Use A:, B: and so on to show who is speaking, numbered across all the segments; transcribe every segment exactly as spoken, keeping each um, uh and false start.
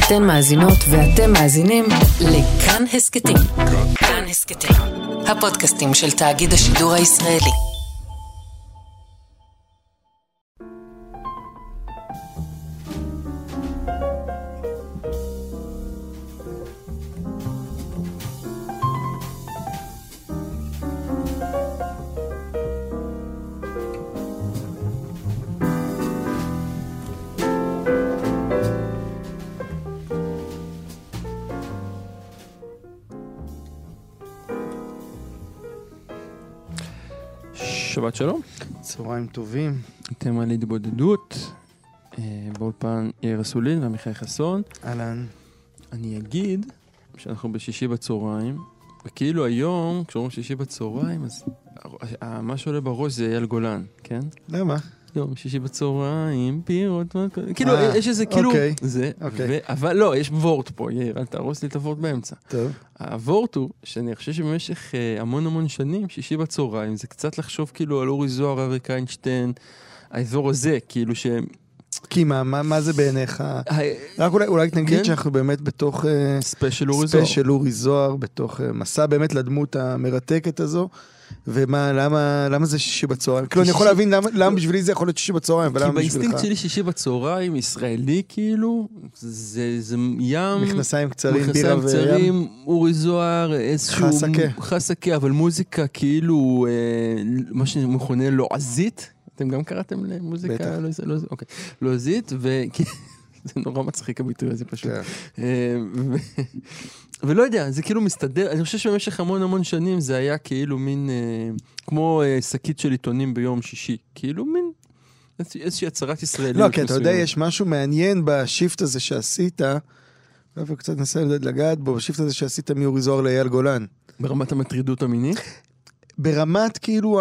A: אתן מאזינות ואתם מאזינים לכאן הסקטים. כאן הסקטים, הפודקאסטים של תאגיד השידור הישראלי.
B: שבת שלום.
C: צהריים טובים.
B: אתם על התבודדות, באולפן יאיר אסולין ועמיחי חסון.
C: אהלן.
B: אני אגיד שאנחנו בשישי בצהריים, וכאילו היום, כשאומרים שישי בצהריים, אז מה שעולה בראש זה אייל גולן, כן?
C: למה?
B: יום שישי בצהריים, פירות, כאילו יש איזה כאילו, זה, אבל לא, יש וורט פה, יאיר, אל תהרוס לי את הוורט באמצע. טוב. הוורט הוא שאני חושב שבמשך המון המון שנים, שישי בצהריים, זה קצת לחשוב כאילו על אורי זוהר, אריק איינשטיין, האזור הזה, כאילו ש...
C: כי מה, מה זה בעיניך? רק אולי, אולי נגיד שאנחנו באמת בתוך...
B: ספיישל אורי זוהר.
C: ספיישל אורי זוהר, בתוך מסע באמת לדמות המרתקת הזו. ומה, למה, למה זה שישי בצהריים? כאילו, אני יכול להבין למה, למה בשבילי זה יכול להיות שישי בצהריים, ולמה בשבילך?
B: כי באינסטינקט שלי שישי בצהריים, ישראלי כאילו, זה, זה ים...
C: מכנסיים קצרים, בירה
B: וים. מכנסיים קצרים, אורי זוהר, איזשהו...
C: חסקה.
B: חסקה, אבל מוזיקה כאילו, אה, מה שמכונה לועזית. אתם גם קראתם למוזיקה?
C: בטח.
B: לא, לא, אוקיי. לועזית, ו... זה נורא מצחיק הביטוי הזה פשוט. ולא יודע, זה כאילו מסתדר, אני חושב שבמשך המון המון שנים זה היה כאילו מין, כמו שקית של עיתונים ביום שישי, כאילו מין איזושהי הצהרת ישראליות.
C: לא, כי אתה יודע, יש משהו מעניין בשיפט הזה שעשית, וקצת נסה לגעת בו, בשיפט הזה שעשית מאורי זוהר לאייל גולן.
B: ברמת המטרידות המינית? ברמת
C: כאילו,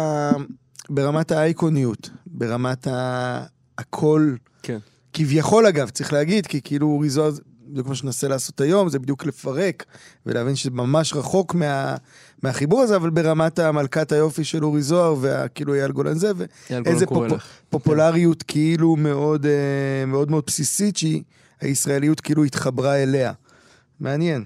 C: ברמת האייקוניות, ברמת הכל.
B: כן.
C: כביכול אגב, צריך להגיד, כי כאילו אורי זוהר, זה כמו שננסה לעשות היום, זה בדיוק לפרק, ולהבין שזה ממש רחוק מה, מהחיבור הזה, אבל ברמת המלכת היופי של אורי זוהר, וכאילו אייל גולן זה, ואיזה פופ, פופולריות כן. כאילו מאוד, מאוד מאוד בסיסית, שהישראליות כאילו התחברה אליה. מעניין.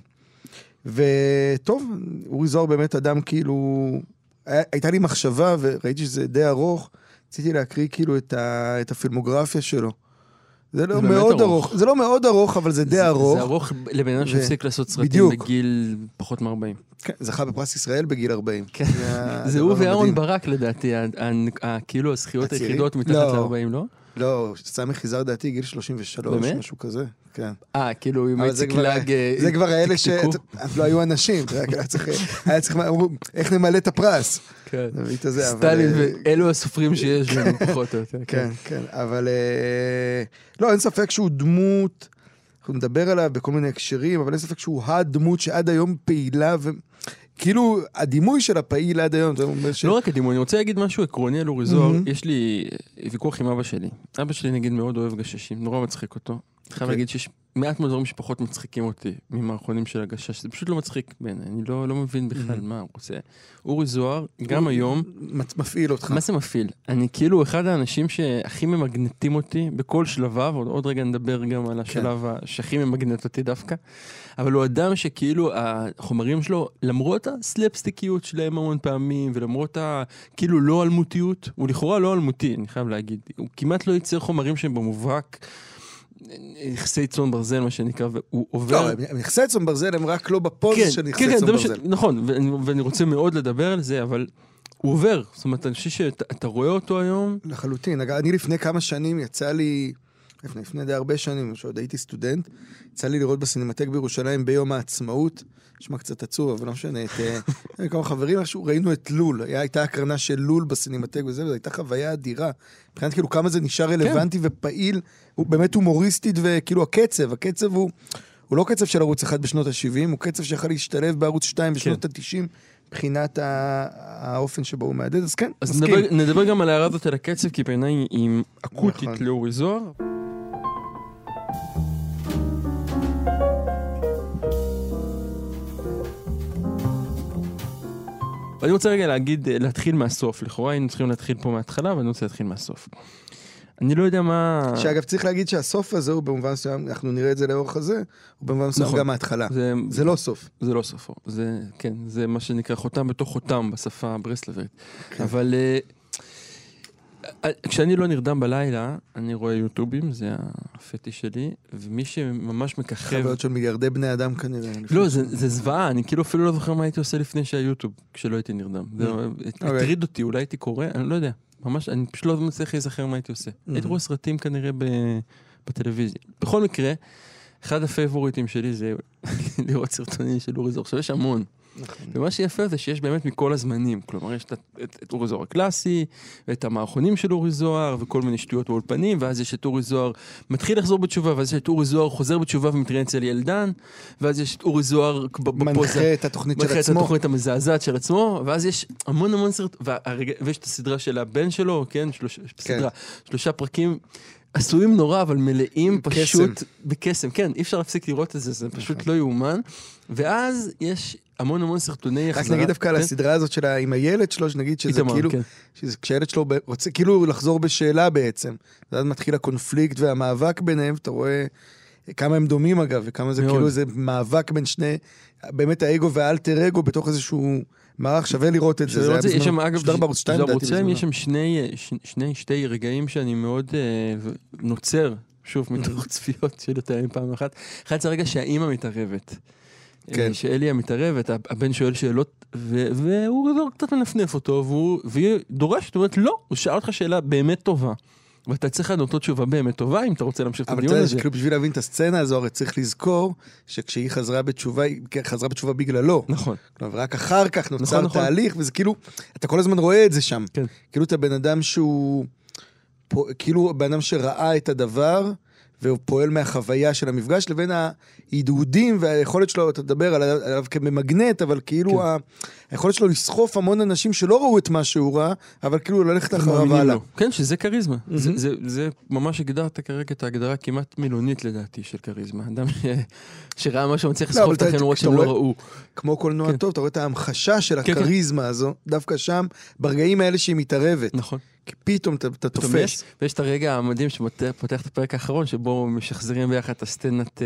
C: וטוב, אורי זוהר באמת אדם כאילו, הייתה לי מחשבה, וראיתי שזה די ארוך, רציתי להקריא כאילו את, ה, את הפילמוגרפיה שלו. זה לא מאוד ארוך, זה לא מאוד ארוך, אבל זה די ארוך.
B: זה ארוך לבן אדם שהפסיק לעשות סרטים בגיל פחות מ-ארבעים.
C: כן, זכה בפרס ישראל בגיל ארבעים.
B: זה הוא ואהרון ברק לדעתי, כאילו הזכיות היחידות מתחת ל-ארבעים, לא?
C: לא, סמי חיזר דעתי גיל שלושים ושלוש, משהו כזה. כן.
B: אה, כאילו עם איציק לג...
C: זה כבר האלה ש... לא היו אנשים, היה צריך... איך נמלא את הפרס?
B: כן. סטלין ואלו הסופרים שיש לנו פחות או יותר.
C: כן, כן. אבל... לא, אין ספק שהוא דמות, אנחנו נדבר עליו בכל מיני הקשרים, אבל אין ספק שהוא הדמות שעד היום פעילה ו... כאילו, הדימוי של הפעיל עד היום,
B: לא רק הדימוי, אני רוצה להגיד משהו עקרוני על אורי זוהר, יש לי ויכוח עם אבא שלי. אבא שלי נגיד מאוד אוהב גששים, נורא מצחיק אותו. אני חייב להגיד שיש מעט מהדברים שפחות מצחיקים אותי ממערכונים של הגשש, זה פשוט לא מצחיק בעיניי, אני לא מבין בכלל מה הוא עושה. אורי זוהר, גם היום...
C: מפעיל אותך.
B: מה זה מפעיל? אני כאילו אחד האנשים שהכי ממגנטים אותי בכל שלביו, עוד רגע נדבר גם על השלב שהכי ממגנט אותי דווקא, אבל הוא אדם שכאילו החומרים שלו, למרות הסלפסטיקיות שלהם המון פעמים, ולמרות הכאילו לא אלמותיות, הוא לכאורה לא אלמותי, אני חייב להגיד, הוא כמעט לא ייצר חומרים שהם במובהק, נכסי צאן ברזל, מה שנקרא, והוא עובר...
C: לא, נכסי צאן ברזל הם רק לא בפוז של נכסי צאן ברזל.
B: נכון, ואני רוצה מאוד לדבר על זה, אבל הוא עובר. זאת אומרת, אני חושב שאתה רואה אותו היום...
C: לחלוטין. אני לפני כמה שנים יצא לי, לפני די הרבה שנים, שעוד הייתי סטודנט, יצא לי לראות בסינמטק בירושלים ביום העצמאות, נשמע קצת עצוב, אבל לא משנה, את כמה חברים, ראינו את לול, הייתה הקרנה של לול בסינמטק וזה, וזו הייתה חוויה אדירה. מבחינת כאילו כמה זה נשאר רלוונטי ופעיל, הוא באמת הומוריסטית וכאילו הקצב, הקצב הוא, הוא לא קצב של ערוץ אחד בשנות ה-שבעים, הוא קצב שיכול להשתלב בערוץ שתיים בשנות ה-תשעים, מבחינת האופן שבו הוא מעדד, אז כן,
B: אז נדבר גם על הערה הזאת על הקצב, כי בעיניי היא אקוטית לאורי זוהר. ואני רוצה רגע להגיד, להתחיל מהסוף. לכאורה היינו צריכים להתחיל פה מההתחלה, אבל אני רוצה להתחיל מהסוף. אני לא יודע מה...
C: שאגב, צריך להגיד שהסוף הזה הוא במובן מסוים, אנחנו נראה את זה לאורך הזה, הוא במובן מסוים
B: נכון.
C: גם ההתחלה.
B: זה,
C: זה לא סוף.
B: זה לא סופו. זה, כן, זה מה שנקרא חותם בתוך חותם בשפה הברסלברית. כן. אבל uh, כשאני לא נרדם בלילה, אני רואה יוטיובים, זה הפטיש שלי, ומי שממש מככב...
C: חוויות של מיליארדי בני אדם כנראה.
B: לא, זה, זה זוועה, אני כאילו אפילו לא זוכר מה הייתי עושה לפני שהיוטיוב, כשלא הייתי נרדם. זה הטריד אותי, אולי הייתי קורא, אני לא יודע. ממש, אני פשוט לא מצליח להיזכר מה הייתי עושה. הייתי רואה סרטים כנראה בטלוויזיה. בכל מקרה, אחד הפייבוריטים שלי זה לראות סרטונים של אורי זוהר. עכשיו יש המון. ומה שיפה זה שיש באמת מכל הזמנים. כלומר, יש את אורי זוהר הקלאסי, ואת המערכונים של אורי זוהר, וכל מיני שטויות באולפנים, ואז יש את אורי זוהר מתחיל לחזור בתשובה, ואז יש את אורי זוהר חוזר בתשובה ומתראיין אצל ילדן, ואז יש את אורי זוהר
C: מנחה את התוכנית של עצמו.
B: מנחה את התוכנית המזעזעת של עצמו, ואז יש המון המון סרט, ויש את הסדרה של הבן שלו, כן? סדרה, שלושה פרקים עשויים נורא, אבל מלאים פשוט בקסם. כן, אי אפשר להפסיק לראות את זה, זה פשוט לא יאומן. ואז יש המון המון סרטוני החזרה.
C: רק נגיד דווקא על הסדרה הזאת שלה עם הילד שלו, שנגיד שזה כאילו, כשהילד שלו רוצה כאילו לחזור בשאלה בעצם, ואז מתחיל הקונפליקט והמאבק ביניהם, אתה רואה כמה הם דומים אגב, וכמה זה כאילו איזה מאבק בין שני, באמת האגו והאלטר אגו בתוך איזשהו מערך, שווה לראות את זה.
B: יש שם אגב, יש שם שני, שתי רגעים שאני מאוד נוצר, שוב, מתוך צפיות של יותר פעם אחת. אחד זה הרגע שהאימא מתערבת. כן. שאליה מתערבת, הבן שואל שאלות, והוא קצת מנפנף אותו, והיא דורשת, זאת אומרת, לא, הוא שאל אותך שאלה באמת טובה. ואתה צריך לענות אותו תשובה באמת טובה, אם אתה רוצה להמשיך את הדיון הזה. אבל
C: כאילו בשביל להבין את הסצנה הזו, הרי צריך לזכור, שכשהיא חזרה בתשובה, היא חזרה בתשובה בגללו.
B: נכון.
C: ורק אחר כך נוצר תהליך, וזה כאילו, אתה כל הזמן רואה את זה שם. כאילו אתה בן אדם שהוא, כאילו בן אדם שראה את הדבר, והוא פועל מהחוויה של המפגש, לבין ההידודים והיכולת שלו, אתה תדבר עליו כממגנט, אבל כאילו היכולת שלו לסחוף המון אנשים שלא ראו את מה שהוא ראה, אבל כאילו ללכת אחריו הלאה.
B: כן, שזה קריזמה. זה ממש הגדרת כרגע את ההגדרה כמעט מילונית לדעתי של קריזמה. אדם שראה משהו מצליח לסחוף את החנורות שהם לא ראו.
C: כמו קולנוע טוב, אתה רואה את ההמחשה של הקריזמה הזו, דווקא שם, ברגעים האלה שהיא מתערבת.
B: נכון.
C: כי פתאום אתה תופס.
B: ויש את הרגע המדהים שפותח את הפרק האחרון, שבו משחזרים ביחד את הסצנת,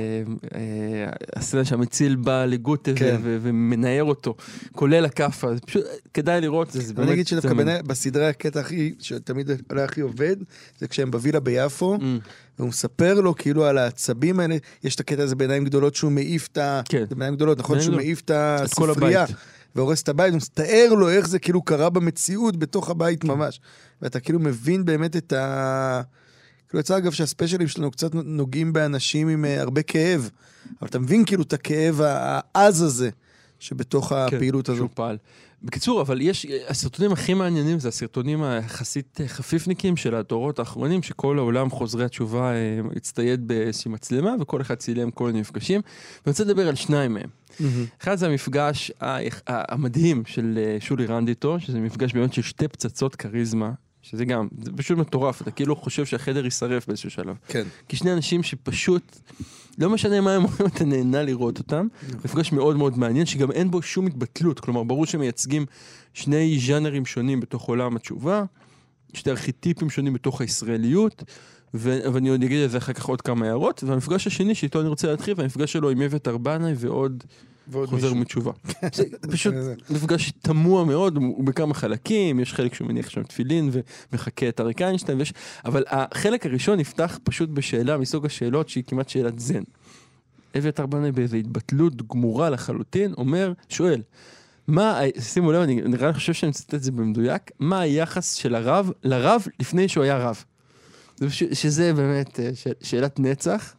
B: הסצנה שהמציל בא לגוטה ומנער אותו, כולל הכאפה. פשוט כדאי לראות את זה.
C: אני אגיד שדווקא בסדרה הקטע הכי, שתמיד עולה הכי עובד, זה כשהם בווילה ביפו, והוא מספר לו כאילו על העצבים האלה, יש את הקטע הזה בעיניים גדולות שהוא מעיף את ה... זה בעיניים גדולות, נכון? שהוא מעיף את הספרייה. והורס את הבית, הוא מתאר לו איך זה כאילו קרה במציאות בתוך הבית ממש. ואתה כאילו מבין באמת את ה... כאילו יצא אגב שהספיישלים שלנו קצת נוגעים באנשים עם הרבה כאב, אבל אתה מבין כאילו את הכאב העז הזה שבתוך הפעילות הזו.
B: שהוא פעל. בקיצור, אבל יש, הסרטונים הכי מעניינים זה הסרטונים היחסית חפיפניקים של הדורות האחרונים, שכל העולם חוזרי התשובה הצטייד באיזושהי מצלמה, וכל אחד צילם כל מיני מפגשים, ואני רוצה לדבר על שניים מהם. אחד זה המפגש המדהים של שולי רנדיטו, שזה מפגש באמת של שתי פצצות קריזמה, שזה גם, זה פשוט מטורף, אתה כאילו חושב שהחדר יישרף באיזשהו שלב. כן. כי שני אנשים שפשוט, לא משנה מה הם אומרים, אתה נהנה לראות אותם, מפגש מאוד מאוד מעניין, שגם אין בו שום התבטלות, כלומר, ברור שמייצגים שני ז'אנרים שונים בתוך עולם התשובה, שתי ארכיטיפים שונים בתוך הישראליות, ואני עוד אגיד את זה אחר כך עוד כמה הערות, והמפגש השני שאיתו אני רוצה להתחיל, והמפגש שלו עם אבת ארבנאי ועוד חוזר מתשובה. זה פשוט מפגש תמוה מאוד, הוא בכמה חלקים, יש חלק שהוא מניח שם תפילין ומחכה את אריק איינשטיין, אבל החלק הראשון נפתח פשוט בשאלה מסוג השאלות שהיא כמעט שאלת זן. אבת ארבנאי באיזו התבטלות גמורה לחלוטין, אומר, שואל, מה, שימו לב, אני נראה חושב שאני מצטט את זה במדויק, מה היחס של הרב לרב לפני שהוא היה רב? שזה באמת שאלת נצח,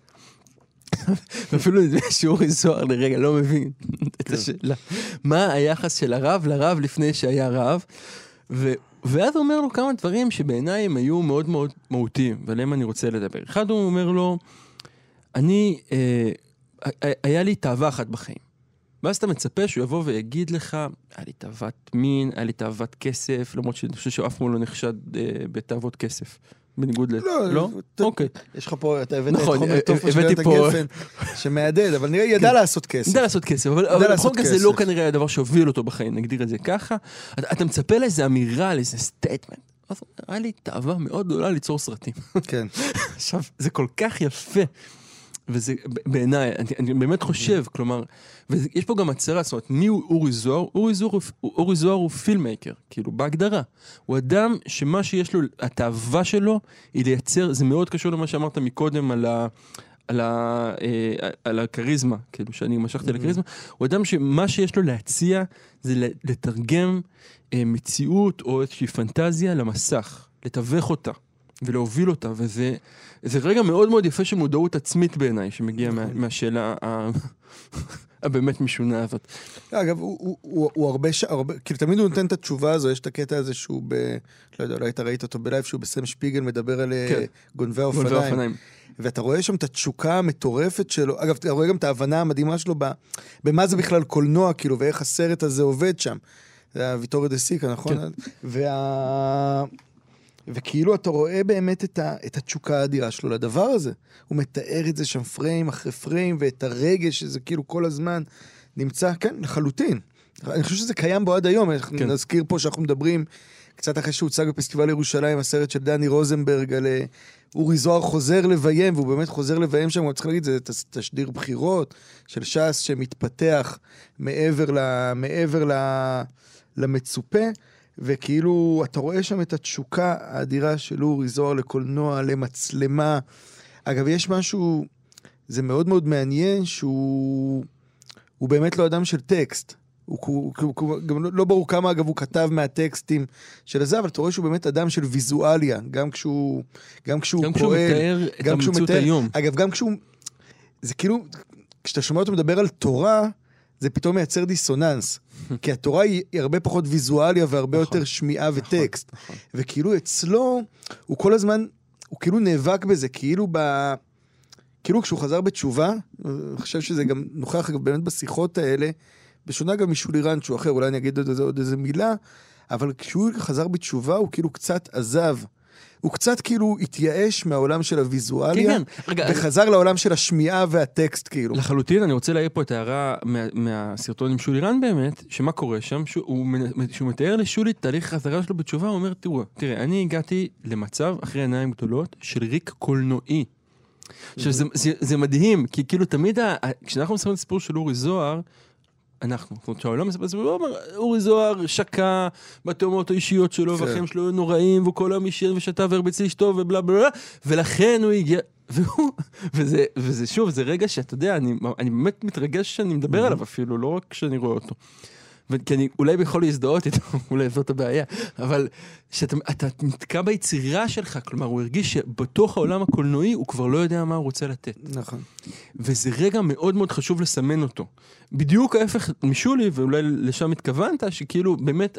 B: ואפילו שאורי זוהר לרגע לא מבין את השאלה. מה היחס של הרב לרב לפני שהיה רב? ואז הוא אומר לו כמה דברים שבעיניי הם היו מאוד מאוד מהותיים, ועליהם אני רוצה לדבר. אחד הוא אומר לו, אני, היה לי תאווה אחת בחיים. ואז אתה מצפה שהוא יבוא ויגיד לך, היה לי תאוות מין, היה לי תאוות כסף, למרות שאני חושב שאף פעם לא נחשד בתאוות כסף. בניגוד ל...
C: לא,
B: לא? אוקיי.
C: יש לך פה, אתה הבאת את חומר טוב ושגרת הגפן שמעדד, אבל נראה, ידע לעשות כסף.
B: ידע לעשות כסף, אבל בכל כזה לא כנראה הדבר שהוביל אותו בחיים, נגדיר את זה ככה. אתה מצפה לאיזו אמירה, לאיזה סטייטמנט. אז היה לי תאווה מאוד גדולה ליצור סרטים.
C: כן.
B: עכשיו, זה כל כך יפה, וזה בעיניי, אני, אני באמת חושב, כלומר, ויש פה גם הצהרה, זאת אומרת, מי הוא אורי זוהר? אורי זוהר, אורי זוהר הוא פילמקר, כאילו, בהגדרה. הוא אדם שמה שיש לו, התאווה שלו, היא לייצר, זה מאוד קשור למה שאמרת מקודם על ה... על, ה, אה, על הקריזמה, כאילו שאני משכתי לקריזמה, הוא אדם שמה שיש לו להציע זה לתרגם אה, מציאות או איזושהי פנטזיה למסך, לתווך אותה ולהוביל אותה, וזה זה רגע מאוד מאוד יפה של מודעות עצמית בעיניי, שמגיע מה, מהשאלה ה... הבאמת משונה הזאת.
C: אגב, הוא, הוא, הוא, הוא הרבה, הרבה, כאילו תמיד הוא נותן את התשובה הזו, יש את הקטע הזה שהוא ב... לא יודע, אולי אתה ראית אותו בלייב, שהוא בסם שפיגל מדבר על כן. גונבי האופניים. גונבי האופניים. ואתה רואה שם את התשוקה המטורפת שלו, אגב, אתה רואה גם את ההבנה המדהימה שלו, ב, במה זה בכלל קולנוע, כאילו, ואיך הסרט הזה עובד שם. זה הוויטורי דה סיקה, נכון? כן. וה... וכאילו אתה רואה באמת את, ה, את התשוקה האדירה שלו לדבר הזה. הוא מתאר את זה שם פריים אחרי פריים, ואת הרגש שזה כאילו כל הזמן נמצא, כן, לחלוטין. אני חושב שזה קיים בו עד היום. כן. נזכיר פה שאנחנו מדברים, קצת אחרי שהוצג בפסטיבל ירושלים, הסרט של דני רוזנברג, על אורי זוהר חוזר לביים, והוא באמת חוזר לביים שם, אני צריך להגיד, זה תשדיר בחירות של ש"ס שמתפתח מעבר, ל, מעבר ל, למצופה, וכאילו אתה רואה שם את התשוקה האדירה של אורי זוהר לקולנוע, למצלמה. אגב, יש משהו, זה מאוד מאוד מעניין, שהוא הוא באמת לא אדם של טקסט. הוא, הוא, הוא, הוא, גם לא ברור כמה, אגב, הוא כתב מהטקסטים של הזה, אבל אתה רואה שהוא באמת אדם של ויזואליה, גם כשהוא, גם כשהוא
B: גם
C: פועל,
B: כשהוא מתאר את המציאות היום.
C: אגב, גם כשהוא, זה כאילו, כשאתה שומע אותו מדבר על תורה, זה פתאום מייצר דיסוננס. כי התורה היא הרבה פחות ויזואליה והרבה יותר שמיעה וטקסט. וכאילו אצלו, הוא כל הזמן, הוא כאילו נאבק בזה, כאילו ב... כאילו כשהוא חזר בתשובה, אני חושב שזה גם נוכח באמת בשיחות האלה, בשונה גם משולירן, שהוא אחר, אולי אני אגיד עוד איזה מילה, אבל כשהוא חזר בתשובה, הוא כאילו קצת עזב. הוא קצת כאילו התייאש מהעולם של הוויזואליה, כן, כן. רגע, וחזר אני... לעולם של השמיעה והטקסט כאילו.
B: לחלוטין, אני רוצה להעיר פה את ההערה מה, מהסרטון עם שולירן באמת, שמה קורה שם, שהוא, שהוא מתאר לשולי תהליך חזרה שלו בתשובה, הוא אומר, תראו, תראה, אני הגעתי למצב אחרי עיניים גדולות של ריק קולנועי. עכשיו, זה, זה, זה מדהים, כי כאילו תמיד, ה, כשאנחנו מספרים את הסיפור של אורי זוהר, אנחנו, זאת אומרת שהעולם מספר, הוא אומר, אורי זוהר שקע בתאומות האישיות שלו, והחיים שלו נוראים, והוא כל היום אישיר ושתה והרביץ לאשתו ובלה בלה, ולכן הוא הגיע, והוא, וזה, וזה שוב, זה רגע שאתה יודע, אני, אני באמת מתרגש שאני מדבר עליו אפילו, לא רק כשאני רואה אותו. כי אני אולי יכול להזדהות איתו, אולי זאת הבעיה, אבל שאתה אתה נתקע ביצירה שלך, כלומר, הוא הרגיש שבתוך העולם הקולנועי הוא כבר לא יודע מה הוא רוצה לתת.
C: נכון.
B: וזה רגע מאוד מאוד חשוב לסמן אותו. בדיוק ההפך משולי, ואולי לשם התכוונת, שכאילו באמת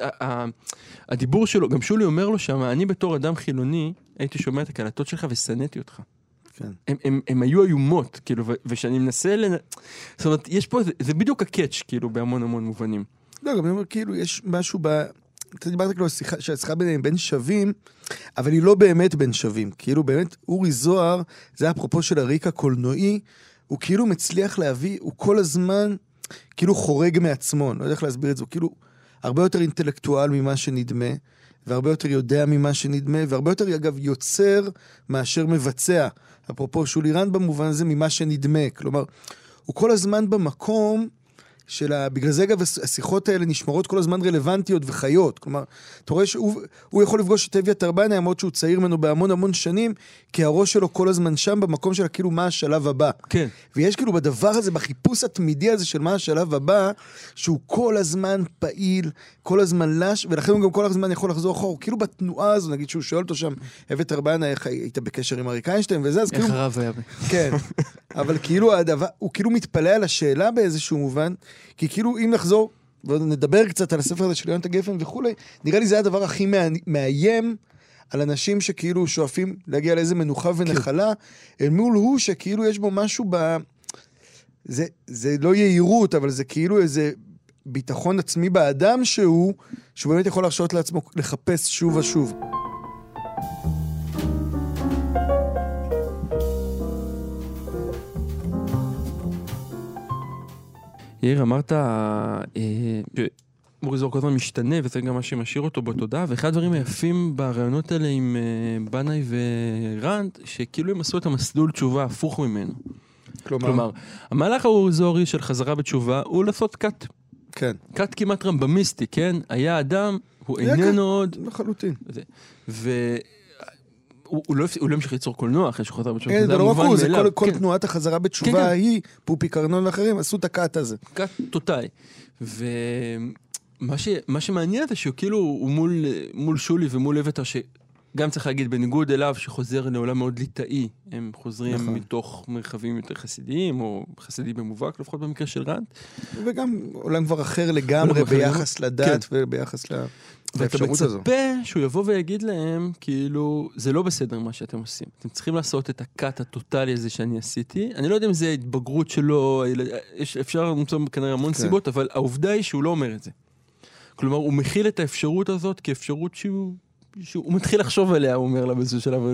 B: הדיבור שלו, גם שולי אומר לו שם, אני בתור אדם חילוני, הייתי שומע את הקלטות שלך וסנאתי אותך. כן. הם, הם, הם היו איומות, כאילו, ושאני מנסה לנ... זאת אומרת, יש פה, זה, זה בדיוק הקאץ', כאילו, בהמון המון מובנים.
C: לא, גם אני אומר, כאילו, יש משהו ב... אתה דיברת כאילו שהשיחה ביניהם בין שווים, אבל היא לא באמת בין שווים. כאילו, באמת, אורי זוהר, זה אפרופו של הריק הקולנועי, הוא כאילו מצליח להביא, הוא כל הזמן, כאילו חורג מעצמו, לא יודע איך להסביר את זה, הוא כאילו הרבה יותר אינטלקטואל ממה שנדמה, והרבה יותר יודע ממה שנדמה, והרבה יותר, אגב, יוצר מאשר מבצע. אפרופו שולירן במובן הזה ממה שנדמה. כלומר, הוא כל הזמן במקום... של בגלל זה אגב השיחות האלה נשמרות כל הזמן רלוונטיות וחיות, כלומר, אתה רואה שהוא יכול לפגוש את אביה טרבנה, למרות שהוא צעיר ממנו בהמון המון שנים, כי הראש שלו כל הזמן שם במקום של כאילו מה השלב הבא.
B: כן.
C: ויש כאילו בדבר הזה, בחיפוש התמידי הזה של מה השלב הבא, שהוא כל הזמן פעיל, כל הזמן לש, ולכן הוא גם כל הזמן יכול לחזור אחורה, כאילו בתנועה הזו, נגיד שהוא שואל אותו שם, אביה טרבנה, איך היית בקשר עם אריק איינשטיין, וזה, אז כאילו...
B: איך הרב היה ב...
C: כן. אבל כאילו הדבר, הוא כאילו מתפלא על השאלה באיזשהו מובן, כי כאילו אם נחזור, ונדבר קצת על הספר הזה של יונתן גפן וכולי, נראה לי זה הדבר הכי מאיים על אנשים שכאילו שואפים להגיע לאיזה מנוחה ונחלה, אל מול הוא שכאילו יש בו משהו ב... זה, זה לא יהירות, אבל זה כאילו איזה ביטחון עצמי באדם שהוא, שהוא באמת יכול להרשות לעצמו לחפש שוב ושוב.
B: יאיר, אמרת אורי זוהר כל הזמן משתנה, וזה גם מה שמשאיר אותו בתודעה, ואחד הדברים היפים ברעיונות האלה עם uh, בנאי ורנד, שכאילו הם עשו את המסלול תשובה הפוך ממנו.
C: כלומר,
B: כלומר, המהלך האורי זוהרי של חזרה בתשובה, הוא לעשות קאט.
C: כן.
B: קאט כמעט רמב"מיסטי, כן? היה אדם, הוא איננו עוד...
C: לחלוטין.
B: ו... הוא לא המשיך ליצור קולנוע אחרי שהוא חזר בתשובה.
C: כן, זה לא רק הוא, זה כל תנועת החזרה בתשובה היא, פופי קרנון ואחרים, עשו את הקאט הזה.
B: קאט טוטאי. ומה שמעניין זה שהוא כאילו, הוא מול שולי ומול לויטר, שגם צריך להגיד בניגוד אליו, שחוזר לעולם מאוד ליטאי, הם חוזרים מתוך מרחבים יותר חסידיים, או חסידי במובהק, לפחות במקרה של רנד.
C: וגם עולם כבר אחר לגמרי ביחס לדת וביחס ל...
B: ואתה מצפה שהוא יבוא ויגיד להם, כאילו, זה לא בסדר מה שאתם עושים. אתם צריכים לעשות את הקאט הטוטלי הזה שאני עשיתי. אני לא יודע אם זה התבגרות שלו, אפשר למצוא כנראה המון סיבות, אבל העובדה היא שהוא לא אומר את זה. כלומר, הוא מכיל את האפשרות הזאת כאפשרות שהוא... הוא מתחיל לחשוב עליה, הוא אומר לה באיזשהו שלב,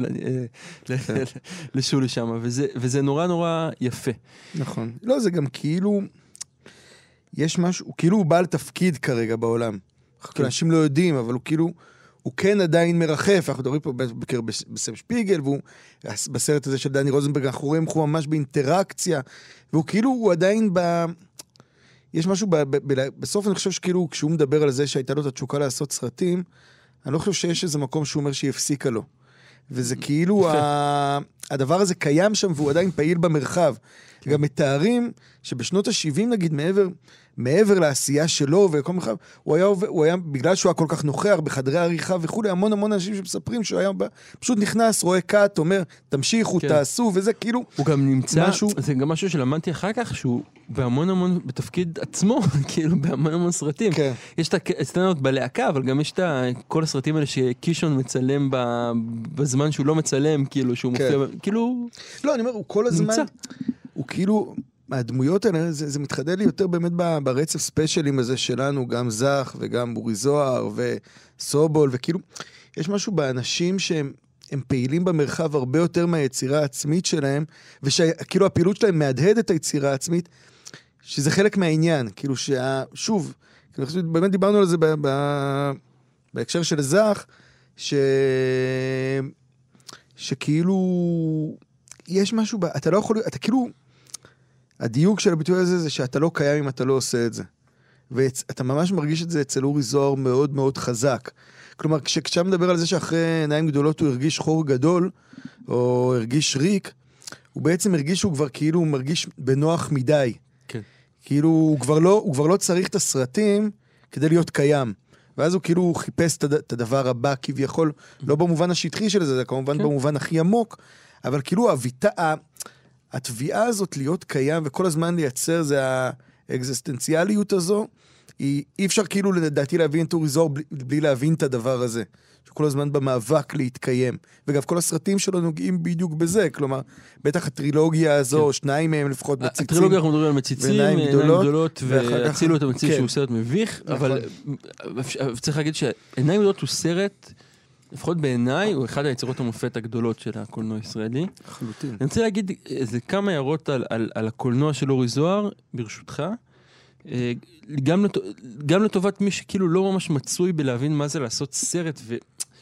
B: לשולי שם, וזה נורא נורא יפה.
C: נכון. לא, זה גם כאילו, יש משהו, כאילו הוא בעל תפקיד כרגע בעולם. אנשים לא יודעים, אבל הוא כאילו, הוא כן עדיין מרחף, אנחנו מדברים פה בסם שפיגל, והוא, בסרט הזה של דני רוזנברג, אנחנו רואים הוא ממש באינטראקציה, והוא כאילו, הוא עדיין ב... יש משהו, ב, ב, ב, בסוף אני חושב שכאילו, כשהוא מדבר על זה שהייתה לו את התשוקה לעשות סרטים, אני לא חושב שיש איזה מקום שהוא אומר שהיא הפסיקה לו. וזה כאילו, ה... הדבר הזה קיים שם, והוא עדיין פעיל במרחב. גם מתארים שבשנות ה-שבעים, נגיד, מעבר, מעבר לעשייה שלו וכל מרחב, הוא היה, הוא היה, בגלל שהוא היה כל כך נוכח בחדרי העריכה וכו', המון המון אנשים שמספרים שהוא היה פשוט נכנס, רואה קאט, אומר, תמשיכו, כן. תעשו, וזה כאילו...
B: הוא גם נמצא, משהו... זה גם משהו שלמדתי אחר כך, שהוא בהמון המון, בתפקיד עצמו, כאילו, בהמון המון סרטים. כן. יש את הסצנות בלהקה, אבל גם יש את כל הסרטים האלה שקישון מצלם ב, בזמן שהוא לא מצלם, כאילו, שהוא כן. מופיע, כאילו...
C: לא, אני אומר, הוא כל הזמן... נמצא. הוא כאילו... הדמויות האלה, זה, זה מתחדד לי יותר באמת ברצף ספיישלים הזה שלנו, גם זך וגם אורי זוהר וסובול, וכאילו, יש משהו באנשים שהם הם פעילים במרחב הרבה יותר מהיצירה העצמית שלהם, וכאילו הפעילות שלהם מהדהד את היצירה העצמית, שזה חלק מהעניין, כאילו שה... שוב, באמת דיברנו על זה ב, ב, בהקשר של זך, ש... שכאילו, יש משהו, ב, אתה לא יכול, אתה כאילו, הדיוק של הביטוי הזה זה שאתה לא קיים אם אתה לא עושה את זה. ואתה ממש מרגיש את זה אצל אורי זוהר מאוד מאוד חזק. כלומר, כשאתה מדבר על זה שאחרי עיניים גדולות הוא הרגיש חור גדול, או הרגיש ריק, הוא בעצם הרגיש שהוא כבר כאילו הוא מרגיש בנוח מדי.
B: כן.
C: כאילו הוא כבר לא, הוא כבר לא צריך את הסרטים כדי להיות קיים. ואז הוא כאילו חיפש את הדבר הבא כביכול, לא במובן השטחי של זה, זה כמובן כן. במובן הכי עמוק, אבל כאילו הביטה... התביעה הזאת להיות קיים וכל הזמן לייצר, זה האקזיסטנציאליות הזו, היא, אי אפשר כאילו לדעתי להבין את אורי זוהר בלי, בלי להבין את הדבר הזה, שכל הזמן במאבק להתקיים. וגם כל הסרטים שלו נוגעים בדיוק בזה, כלומר, בטח הטרילוגיה הזו, כן. שניים מהם לפחות מציצים.
B: הטרילוגיה אנחנו מדברים על מציצים, עיניים גדולות, גדולות והצילו את המציץ כן. שהוא סרט מביך, נכון. אבל צריך להגיד שעיניים גדולות הוא סרט... לפחות בעיניי, הוא אחד היצירות המופת הגדולות של הקולנוע הישראלי.
C: חלוטין.
B: אני רוצה להגיד איזה כמה הערות על, על, על הקולנוע של אורי זוהר, ברשותך. גם, לת... גם לטובת מי שכאילו לא ממש מצוי בלהבין מה זה לעשות סרט. ו...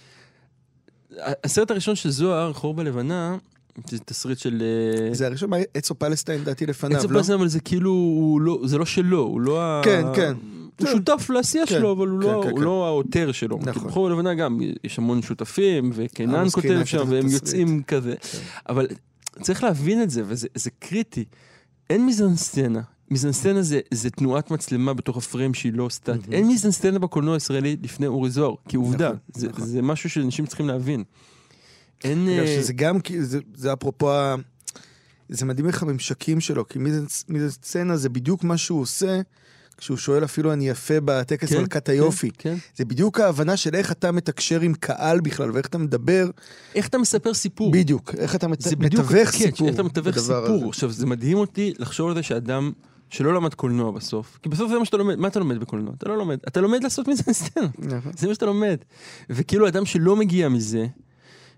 B: הסרט הראשון של זוהר, חור בלבנה, זה תסריט של...
C: זה הראשון, אצו פלסטיין דעתי לפניו,
B: אצו
C: לא?
B: פלסטיין, אבל זה כאילו, לא, זה לא שלו, הוא לא...
C: כן, ה... כן.
B: הוא שותף לעשייה שלו, אבל הוא לא העותר שלו. בחור לבנה גם, יש המון שותפים, וקנן כותב שם, והם יוצאים כזה. אבל צריך להבין את זה, וזה קריטי. אין מיזנסצנה. מיזנסצנה זה תנועת מצלמה בתוך הפריים שהיא לא סטטית. אין מיזנסצנה בקולנוע הישראלי לפני אורי זוהר, כי עובדה. זה משהו שאנשים צריכים להבין.
C: זה גם, זה אפרופו, זה מדהים איך הממשקים שלו, כי מיזנסצנה זה בדיוק מה שהוא עושה, כשהוא שואל אפילו אני יפה בטקס כן, מלכת היופי. כן, כן. זה בדיוק ההבנה של איך אתה מתקשר עם קהל בכלל, ואיך אתה מדבר.
B: איך אתה מספר סיפור.
C: בדיוק, איך אתה מת... מתווך סיפור.
B: איך אתה מתווך סיפור. עכשיו, זה מדהים אותי לחשוב על זה שאדם שלא למד קולנוע בסוף, כי בסוף זה מה שאתה לומד. מה אתה לומד בקולנוע? אתה לא לומד. אתה לומד לעשות מזה סצנה. זה מה שאתה לומד. וכאילו אדם שלא מגיע מזה,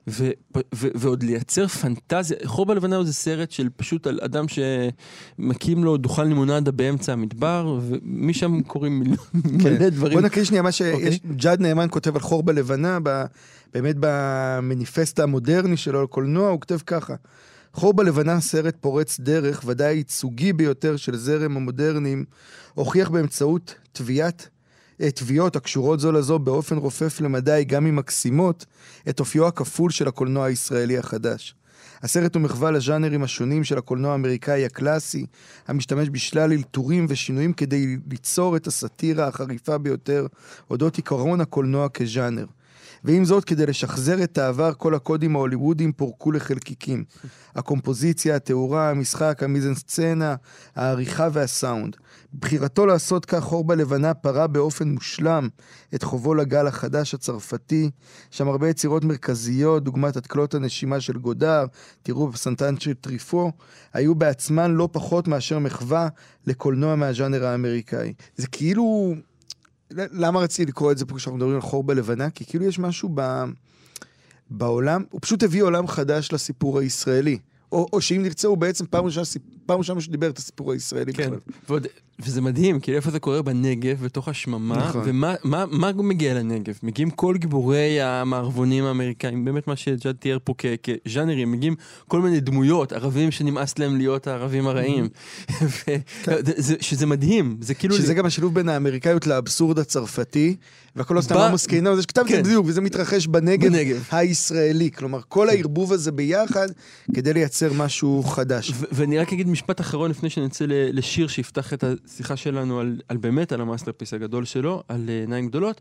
B: ו- ו- ועוד לייצר פנטזיה. חור בלבנה הוא זה סרט של פשוט על אדם שמקים לו דוכן לימונדה באמצע המדבר, ומשם קוראים מלא דברים.
C: בוא נקריא שנייה מה שג'אד נאמן כותב על חור בלבנה, באמת במניפסט המודרני שלו לקולנוע, הוא כותב ככה: חור בלבנה, סרט פורץ דרך, ודאי ייצוגי ביותר של זרם המודרניים, הוכיח באמצעות תביעת תביעות הקשורות זו לזו באופן רופף למדי, גם עם מקסימות, את אופיו הכפול של הקולנוע הישראלי החדש. הסרט הוא מחווה לז'אנרים השונים של הקולנוע האמריקאי הקלאסי, המשתמש בשלל אלתורים ושינויים כדי ליצור את הסאטירה החריפה ביותר, אודות עיקרון הקולנוע כז'אנר. ועם זאת, כדי לשחזר את העבר, כל הקודים ההוליוודיים פורקו לחלקיקים. הקומפוזיציה, התאורה, המשחק, המיזנסצנה, העריכה והסאונד. בחירתו לעשות כך, חור בלבנה פרה באופן מושלם את חובו לגל החדש הצרפתי, שם הרבה יצירות מרכזיות, דוגמת התקלות הנשימה של גודר, תראו בפסנתן של טריפו, היו בעצמן לא פחות מאשר מחווה לקולנוע מהז'אנר האמריקאי. זה כאילו... למה רציתי לקרוא את זה פה כשאנחנו מדברים על חור בלבנה? כי כאילו יש משהו ב... בעולם, הוא פשוט הביא עולם חדש לסיפור הישראלי. או, או שאם נרצה, הוא בעצם פעם ראשונה, פעם ראשונה שדיבר את הסיפור הישראלי.
B: כן, ועוד, וזה מדהים, כי איפה זה קורה בנגב, בתוך השממה, נכון. ומה מה, מה מגיע לנגב? מגיעים כל גיבורי המערבונים האמריקאים, באמת מה שג'אד תיאר פה כז'אנרים, מגיעים כל מיני דמויות, ערבים שנמאס להם להיות הערבים הרעים. שזה מדהים, זה כאילו...
C: שזה גם השילוב בין האמריקאיות לאבסורד הצרפתי, והכל לא סתם לא מסכינה, זה שכתב את זה בדיוק, וזה מתרחש בנגב הישראלי. כלומר, כל הערבוב הזה ביחד, כדי לייצר משהו חדש.
B: ואני רק אגיד משפט אחרון, לפני שנצא לשיר שיפתח את השיחה שלנו על, על באמת, על המאסטרפיס הגדול שלו, על עיניים גדולות,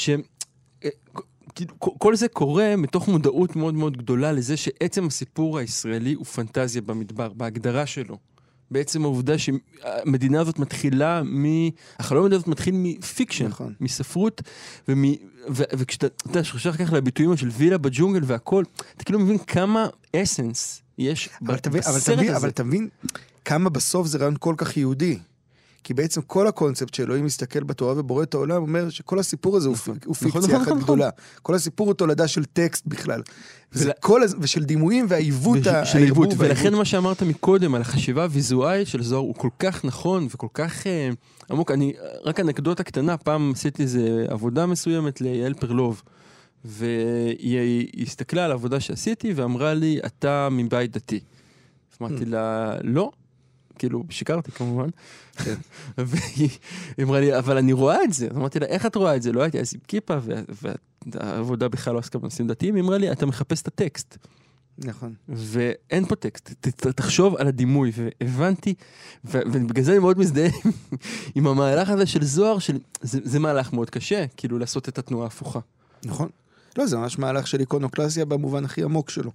B: שכל זה קורה מתוך מודעות מאוד מאוד גדולה לזה שעצם הסיפור הישראלי הוא פנטזיה במדבר, בהגדרה שלו. בעצם העובדה שהמדינה הזאת מתחילה מ... החלום המדינה הזאת מתחיל מפיקשן, נכון. מספרות, ומ... ו... וכשאתה, אתה חושב כך לביטויים של וילה בג'ונגל והכל, אתה כאילו מבין כמה אסנס יש בסרט הזה.
C: אבל אתה מבין כמה בסוף זה רעיון כל כך יהודי. כי בעצם כל הקונספט שאלוהים מסתכל בתורה ובורא את העולם, אומר שכל הסיפור הזה הוא פיקציה אחת גדולה. כל הסיפור הוא תולדה של טקסט בכלל. ושל דימויים והעיוות.
B: ולכן מה שאמרת מקודם על החשיבה הוויזואלית של זוהר, הוא כל כך נכון וכל כך עמוק. אני, רק אנקדוטה קטנה, פעם עשיתי איזו עבודה מסוימת ליעל פרלוב, והיא הסתכלה על העבודה שעשיתי ואמרה לי, אתה מבית דתי. אמרתי לה, לא. כאילו, שיקרתי כמובן. והיא אמרה לי, אבל אני רואה את זה. אז אמרתי לה, איך את רואה את זה? לא הייתי אז עם כיפה, והעבודה בכלל לא עסקה בנושאים דתיים. היא אמרה לי, אתה מחפש את הטקסט.
C: נכון.
B: ואין פה טקסט. תחשוב על הדימוי. והבנתי, ובגלל זה אני מאוד מזדהה עם המהלך הזה של זוהר, זה מהלך מאוד קשה, כאילו לעשות את התנועה ההפוכה.
C: נכון. לא, זה ממש מהלך של איקונוקלסיה במובן הכי עמוק שלו.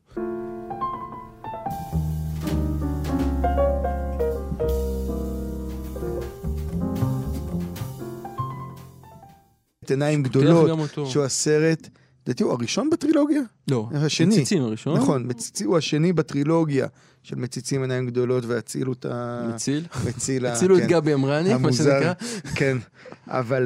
C: עיניים גדולות, שהוא הסרט, דעתי הוא הראשון בטרילוגיה?
B: לא,
C: השני.
B: מציצים הראשון.
C: נכון, מציצים הוא השני בטרילוגיה של מציצים עיניים גדולות והצילו את ה...
B: מציל?
C: מציל,
B: הצילו את גבי אמרני, מה שנקרא.
C: כן, אבל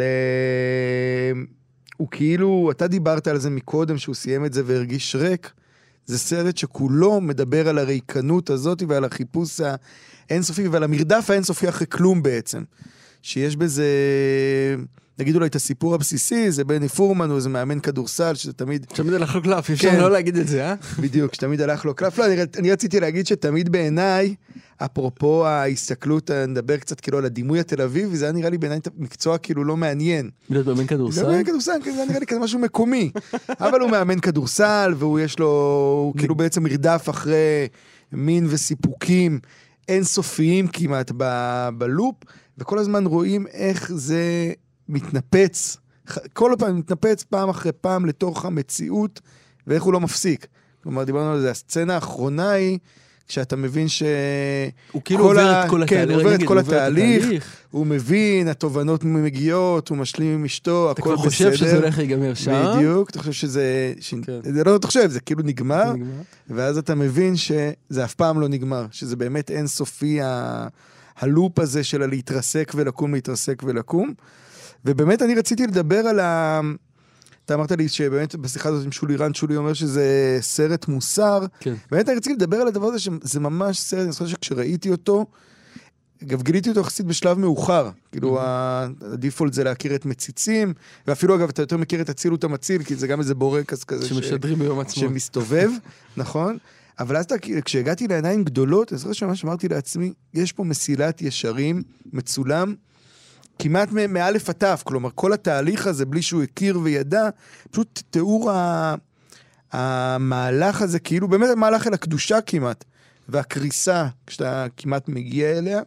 C: הוא כאילו, אתה דיברת על זה מקודם, שהוא סיים את זה והרגיש ריק, זה סרט שכולו מדבר על הריקנות הזאת ועל החיפוש האינסופי ועל המרדף האינסופי אחרי כלום בעצם. שיש בזה... נגיד אולי את הסיפור הבסיסי, זה בני פורמן, הוא איזה מאמן כדורסל, שזה תמיד...
B: תמיד הלך לו קלף, אפשר לא להגיד את זה, אה?
C: בדיוק, שתמיד הלך לו קלף. לא, אני, אני רציתי להגיד שתמיד בעיניי, אפרופו ההסתכלות, נדבר קצת כאילו על הדימוי התל אביבי, זה היה נראה לי בעיניי מקצוע כאילו לא מעניין.
B: להיות מאמן כדורסל?
C: מאמן כדורסל, זה נראה לי כזה משהו מקומי. אבל הוא מאמן כדורסל, והוא יש לו, הוא כאילו בעצם מרדף אחרי מין וסיפוקים אינסופיים כמעט ב- בלופ, וכל הזמן רואים איך זה... מתנפץ, כל הפעם מתנפץ פעם אחרי פעם לתוך המציאות, ואיך הוא לא מפסיק. כלומר, דיברנו על זה, הסצנה האחרונה היא, כשאתה מבין ש...
B: הוא כאילו עובר את כל התהליך.
C: כן, הוא עובר את כל התהליך, הוא מבין, התובנות מגיעות, הוא משלים עם אשתו, הכל בסדר.
B: אתה חושב שזה הולך להיגמר שם?
C: בדיוק, אתה חושב שזה... זה לא אתה חושב, זה כאילו נגמר, ואז אתה מבין שזה אף פעם לא נגמר, שזה באמת אינסופי הלופ הזה של להתרסק ולקום, להתרסק ולקום. ובאמת אני רציתי לדבר על ה... אתה אמרת לי שבאמת בשיחה הזאת עם שולי רן, שולי אומר שזה סרט מוסר.
B: כן.
C: באמת אני רציתי לדבר על הדבר הזה, שזה ממש סרט, אני חושב שכשראיתי אותו, אגב, גיליתי אותו יחסית בשלב מאוחר. כאילו, הדיפולט זה להכיר את מציצים, ואפילו, אגב, אתה יותר מכיר את הצילות המציל, כי זה גם איזה בורקס כזה
B: שמשדרים ביום עצמו.
C: שמסתובב, נכון? אבל אז כשהגעתי לעיניים גדולות, אז ראש ממש אמרתי לעצמי, יש פה מסילת ישרים, מצולם, כמעט מאלף עטף, כלומר, כל התהליך הזה, בלי שהוא הכיר וידע, פשוט תיאור המהלך הזה, כאילו, באמת המהלך אל הקדושה כמעט, והקריסה, כשאתה כמעט מגיע אליה,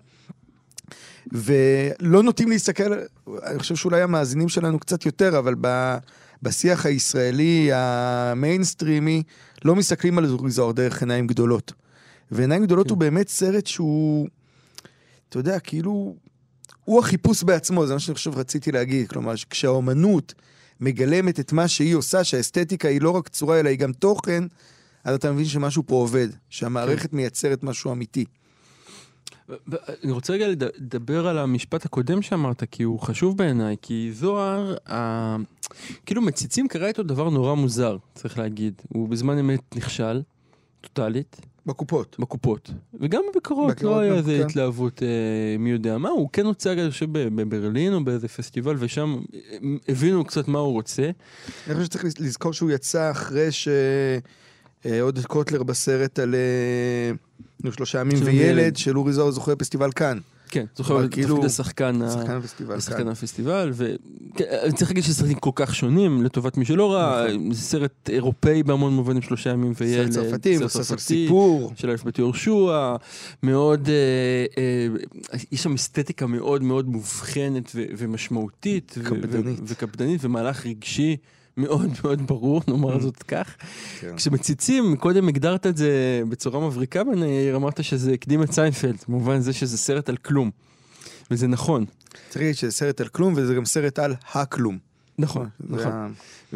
C: ולא נוטים להסתכל, אני חושב שאולי המאזינים שלנו קצת יותר, אבל בשיח הישראלי, המיינסטרימי, לא מסתכלים על אורי זוהר דרך עיניים גדולות. ועיניים גדולות כן. הוא באמת סרט שהוא, אתה יודע, כאילו, הוא החיפוש בעצמו, זה מה שאני חושב רציתי להגיד, כלומר, כשהאומנות מגלמת את מה שהיא עושה, שהאסתטיקה היא לא רק צורה, אלא היא גם תוכן, אז אתה מבין שמשהו פה עובד, שהמערכת מייצרת משהו אמיתי.
B: אני רוצה רגע לדבר על המשפט הקודם שאמרת, כי הוא חשוב בעיניי, כי זוהר, כאילו מציצים קרא איתו דבר נורא מוזר, צריך להגיד. הוא בזמן אמת נכשל, טוטלית.
C: בקופות.
B: בקופות. וגם בבקרות, לא היה איזה התלהבות מי יודע מה. הוא כן הוצג, אני חושב, בברלין או באיזה פסטיבל, ושם הבינו קצת מה הוא רוצה.
C: אני חושב שצריך לזכור שהוא יצא אחרי ש... עוד קוטלר בסרט על שלושה ימים וילד, של אורי זוהר זוכה בפסטיבל כאן.
B: כן, זוכה בתפקיד השחקן הפסטיבל, ואני צריך להגיד שסרטים כל כך שונים, לטובת מי שלא ראה, זה סרט אירופאי בהמון מובנים, שלושה ימים וילד.
C: סרט צרפתי, סרט סיפור.
B: של אלף בית יהושע, מאוד, יש שם אסתטיקה מאוד מאוד מובחנת ומשמעותית, וקפדנית, ומהלך רגשי, מאוד מאוד ברור, נאמר זאת כך. כשמציצים, קודם הגדרת את זה בצורה מבריקה, אמרת שזה הקדים את סיינפלד, במובן זה שזה סרט על כלום. וזה נכון.
C: צריך להגיד שזה סרט על כלום, וזה גם סרט על הכלום.
B: נכון, נכון.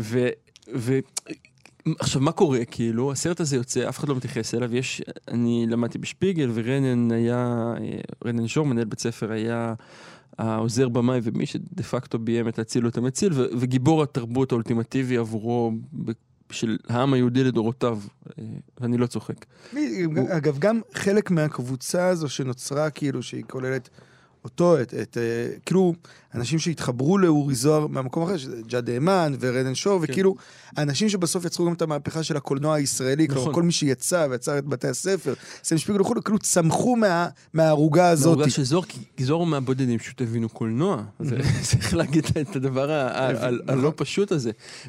B: עכשיו, מה קורה? כאילו, הסרט הזה יוצא, אף אחד לא מתייחס אליו, יש, אני למדתי בשפיגל, ורנן היה, רנן שור, מנהל בית ספר, היה העוזר במאי ומי שדה פקטו ביים את הצילות המציל, וגיבור התרבות האולטימטיבי עבורו של העם היהודי לדורותיו, ואני לא צוחק.
C: אגב, גם חלק מהקבוצה הזו שנוצרה, כאילו, שהיא כוללת אותו, את, את, כאילו, אנשים שהתחברו לאורי זוהר מהמקום אחר, ג'אד אמן ורנן שור, כן. וכאילו, אנשים שבסוף יצרו גם את המהפכה של הקולנוע הישראלי, נכון. כלומר, כל מי שיצא ויצר את בתי הספר, סם שפיגל וכו', כאילו, צמחו מה, מההרוגה הזאת.
B: מההרוגה של זוהר, כי זוהר הוא מהבודדים פשוט הבינו קולנוע, אז צריך להגיד את הדבר הלא פשוט הזה.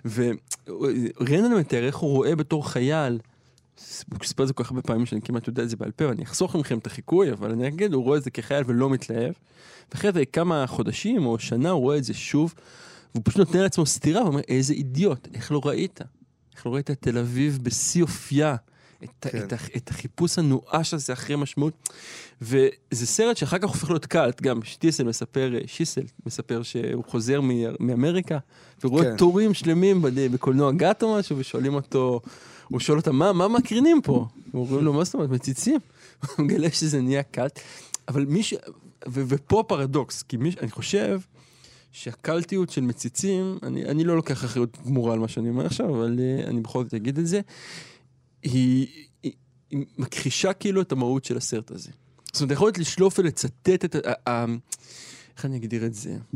B: ורנן מתאר איך הוא רואה בתור חייל, הוא סיפר את זה כל כך הרבה פעמים שאני כמעט יודע את זה בעל פה, ואני אחסוך מכם את החיקוי, אבל אני אגיד, הוא רואה את זה כחייל ולא מתלהב, ואחרי זה כמה חודשים או שנה הוא רואה את זה שוב, והוא פשוט נותן לעצמו סתירה, ואומר, איזה אידיוט, איך לא ראית? איך לא ראית את תל אביב בשיא אופייה, את, כן. את, את החיפוש הנואש הזה אחרי משמעות, וזה סרט שאחר כך הופך להיות קלט, גם שטיסל מספר, שיסל מספר שהוא חוזר מאמריקה, ורואה כן. תורים שלמים בקולנוע גת או משהו, ושואלים אותו, הוא שואל אותם, מה, מה מקרינים פה? הוא אומרים לו, מה זאת אומרת, מציצים? הוא מגלה שזה נהיה קלט, אבל מי ש... ו- ופה הפרדוקס, כי מי... אני חושב שהקלטיות של מציצים, אני, אני לא לוקח אחריות גמורה על מה שאני אומר עכשיו, אבל uh, אני בכל זאת אגיד את זה, היא, היא, היא מכחישה כאילו את המהות של הסרט הזה. זאת אומרת, יכולת לשלוף ולצטט את... ה- ה- איך אני אגדיר את זה?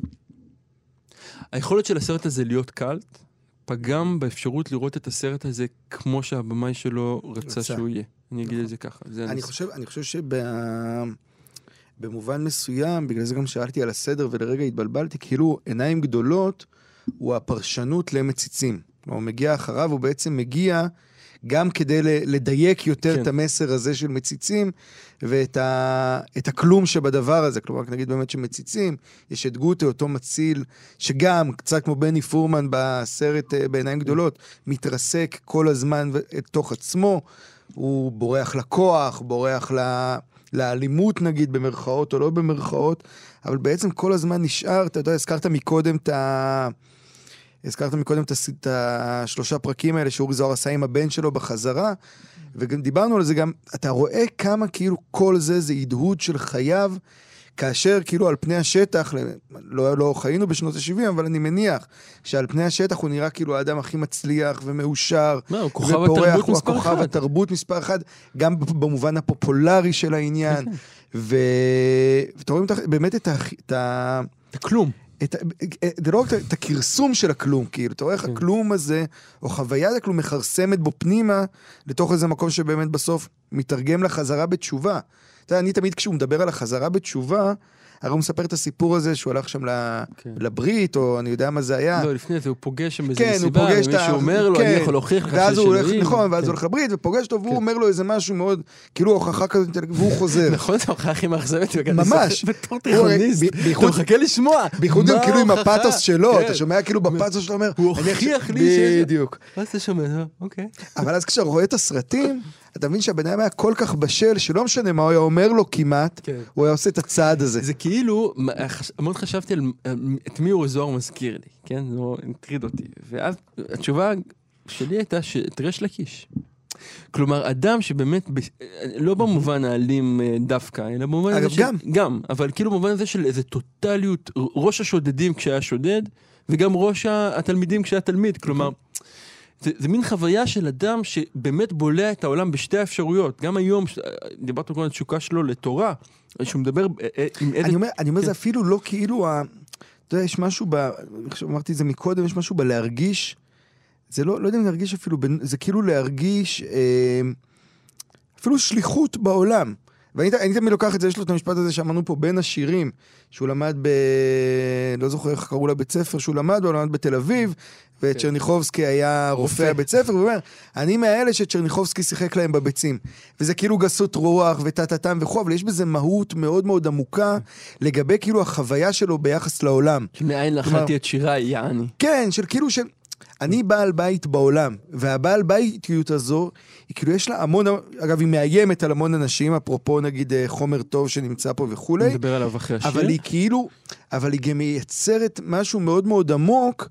B: היכולת של הסרט הזה להיות קלט, פגם באפשרות לראות את הסרט הזה כמו שהבמאי שלו רצה שהוא יהיה. אני אגיד את זה ככה.
C: אני חושב, אני חושב שבמובן מסוים, בגלל זה גם שאלתי על הסדר ולרגע התבלבלתי, כאילו עיניים גדולות הוא הפרשנות למציצים. הוא מגיע אחריו, הוא בעצם מגיע גם כדי לדייק יותר כן. את המסר הזה של מציצים, ואת ה, את הכלום שבדבר הזה, כלומר, נגיד באמת שמציצים, יש את גוטה, אותו מציל, שגם, קצת כמו בני פורמן בסרט בעיניים גדולות, מתרסק כל הזמן תוך עצמו, הוא בורח לכוח, בורח ל, לאלימות נגיד, במרכאות או לא במרכאות, אבל בעצם כל הזמן נשאר, אתה יודע, הזכרת מקודם את ה... הזכרת מקודם את השלושה פרקים האלה שאורי זוהר עשה עם הבן שלו בחזרה, וגם דיברנו על זה גם, אתה רואה כמה כאילו כל זה זה הדהוד של חייו, כאשר כאילו על פני השטח, לא, לא חיינו בשנות ה-שבעים, אבל אני מניח שעל פני השטח הוא נראה כאילו האדם הכי מצליח ומאושר,
B: לא, הוא כוכב התרבות
C: הוא
B: מספר
C: הכוכב
B: אחד.
C: התרבות מספר אחד, גם במובן הפופולרי של העניין, ו... ואתה רואים באמת את ה... את ה...
B: את הכלום.
C: את, זה לא רק את הכרסום של הכלום, כאילו, אתה רואה איך הכלום הזה, או חוויית הכלום מחרסמת בו פנימה, לתוך איזה מקום שבאמת בסוף מתרגם לחזרה בתשובה. אתה יודע, אני תמיד כשהוא מדבר על החזרה בתשובה, הרי הוא מספר את הסיפור הזה שהוא הלך שם לברית, או אני יודע מה זה היה.
B: לא, לפני זה הוא פוגש שם באיזה
C: כן,
B: מסיבה, ומישהו אומר לו, אני יכול להוכיח לך שיש אלוהים.
C: נכון, ואז הוא הולך לברית, ופוגש אותו, והוא אומר לו איזה משהו מאוד, כאילו הוכחה כזאת, והוא חוזר.
B: נכון, זה ההוכחה הכי מאכזבת.
C: ממש.
B: בתור תיכוניסט, אתה מחכה לשמוע.
C: בייחוד כאילו עם הפאתוס שלו, אתה שומע כאילו בפאתוס שלו אומר,
B: הוא הוכיח לי שיש...
C: בדיוק.
B: אז אתה שומע, אוקיי.
C: אבל אז כשאתה רואה את הסרטים, אתה מבין שהבן אדם היה כל כך בשל, שלא משנה מה הוא היה אומר לו כמעט,
B: כן.
C: הוא היה עושה את הצעד הזה.
B: זה כאילו, מאוד חשבתי על את מי אורי זוהר מזכיר לי, כן? זה הטריד אותי. ואז התשובה שלי הייתה שתרש לקיש. כלומר, אדם שבאמת, לא במובן האלים דווקא, אלא במובן הזה של...
C: גם.
B: גם, אבל כאילו במובן הזה של איזו טוטליות, ראש השודדים כשהיה שודד, וגם ראש התלמידים כשהיה תלמיד, כלומר... זה, זה מין חוויה של אדם שבאמת בולע את העולם בשתי האפשרויות. גם היום, דיברת כל התשוקה שלו לתורה, שהוא מדבר עם איזה...
C: אני אומר, אני אומר זה אפילו לא כאילו, אתה יודע, יש משהו, אמרתי את זה מקודם, יש משהו בלהרגיש, זה לא, לא יודע אם להרגיש אפילו, זה כאילו להרגיש אפילו שליחות בעולם. ואני תמיד לוקח את זה, יש לו את המשפט הזה שאמרנו פה בין השירים, שהוא למד ב... לא זוכר איך קראו לה בית ספר, שהוא למד, הוא למד בתל אביב, וצ'רניחובסקי היה רופא הבית ספר, והוא אומר, אני מהאלה שצ'רניחובסקי שיחק להם בביצים. וזה כאילו גסות רוח וטטטם וכו', אבל יש בזה מהות מאוד מאוד עמוקה, לגבי כאילו החוויה שלו ביחס לעולם.
B: שמאין לאכלתי את שירה, יעני.
C: כן, של כאילו של... אני בעל בית בעולם, והבעל ביתיות הזו, היא כאילו יש לה המון, אגב, היא מאיימת על המון אנשים, אפרופו נגיד חומר טוב שנמצא פה וכולי.
B: נדבר עליו אחרי השיר.
C: אבל היא כאילו, אבל היא גם מייצרת משהו מאוד מאוד עמוק,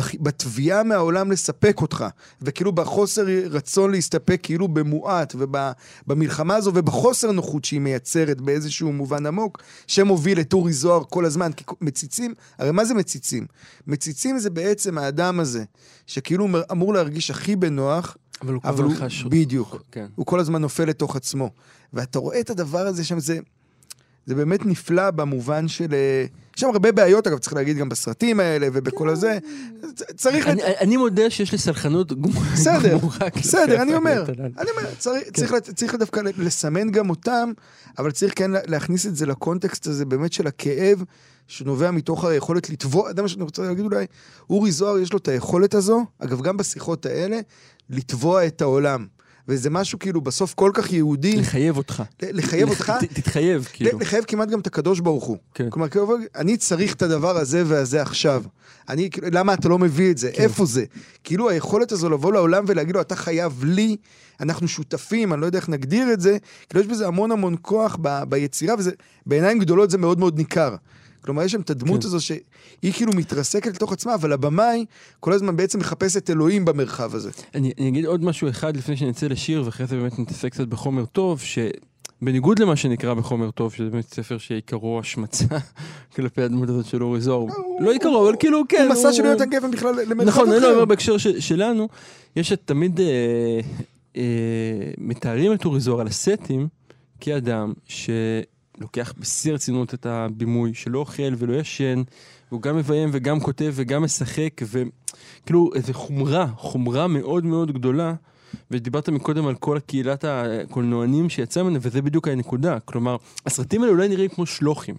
C: בתביעה מהעולם לספק אותך, וכאילו בחוסר רצון להסתפק כאילו במועט, ובמלחמה הזו, ובחוסר נוחות שהיא מייצרת באיזשהו מובן עמוק, שמוביל את אורי זוהר כל הזמן, כי מציצים, הרי מה זה מציצים? מציצים זה בעצם האדם הזה, שכאילו אמור להרגיש הכי בנוח,
B: אבל הוא, אבל הוא חשוב.
C: בדיוק,
B: כן.
C: הוא כל הזמן נופל לתוך עצמו, ואתה רואה את הדבר הזה שם, זה... זה באמת נפלא במובן של... יש שם הרבה בעיות, אגב, צריך להגיד גם בסרטים האלה ובכל הזה. צריך...
B: אני, אני מודה שיש לי סלחנות גמורה.
C: בסדר, בסדר, אני אומר. אני אומר, צריך, צריך דווקא לסמן גם אותם, אבל צריך כן להכניס את זה לקונטקסט הזה באמת של הכאב, שנובע מתוך היכולת לתבוע, זה מה שאני רוצה להגיד אולי, אורי זוהר יש לו את היכולת הזו, אגב, גם בשיחות האלה, לתבוע את העולם. וזה משהו כאילו בסוף כל כך יהודי.
B: לחייב אותך.
C: לחייב אותך.
B: תתחייב, כאילו.
C: לחייב כמעט גם את הקדוש ברוך הוא. כלומר, אני צריך את הדבר הזה והזה עכשיו. אני, למה אתה לא מביא את זה? איפה זה? כאילו היכולת הזו לבוא לעולם ולהגיד לו, אתה חייב לי, אנחנו שותפים, אני לא יודע איך נגדיר את זה, כאילו יש בזה המון המון כוח ביצירה, וזה בעיניים גדולות זה מאוד מאוד ניכר. כלומר, יש שם את הדמות הזו שהיא כאילו מתרסקת לתוך עצמה, אבל הבמאי כל הזמן בעצם מחפש את אלוהים במרחב הזה.
B: אני, אני אגיד עוד משהו אחד לפני שנצא לשיר, ואחרי זה באמת נתעסק קצת בחומר טוב, שבניגוד למה שנקרא בחומר טוב, שזה באמת ספר שעיקרו השמצה כלפי הדמות הזאת של אורי זוהר. לא עיקרו, אבל כאילו, כן.
C: הוא מסע של יונתן גפן בכלל למרחב אחר.
B: נכון, אני לא אומר בהקשר שלנו, יש תמיד מתארים את אורי זוהר על הסטים, כאדם ש... לוקח בשיא רצינות את הבימוי, שלא אוכל ולא ישן, והוא גם מביים וגם כותב וגם משחק, וכאילו איזו חומרה, חומרה מאוד מאוד גדולה, ודיברת מקודם על כל הקהילת הקולנוענים שיצא ממנו, וזה בדיוק הנקודה. כלומר, הסרטים האלה אולי נראים כמו שלוחים.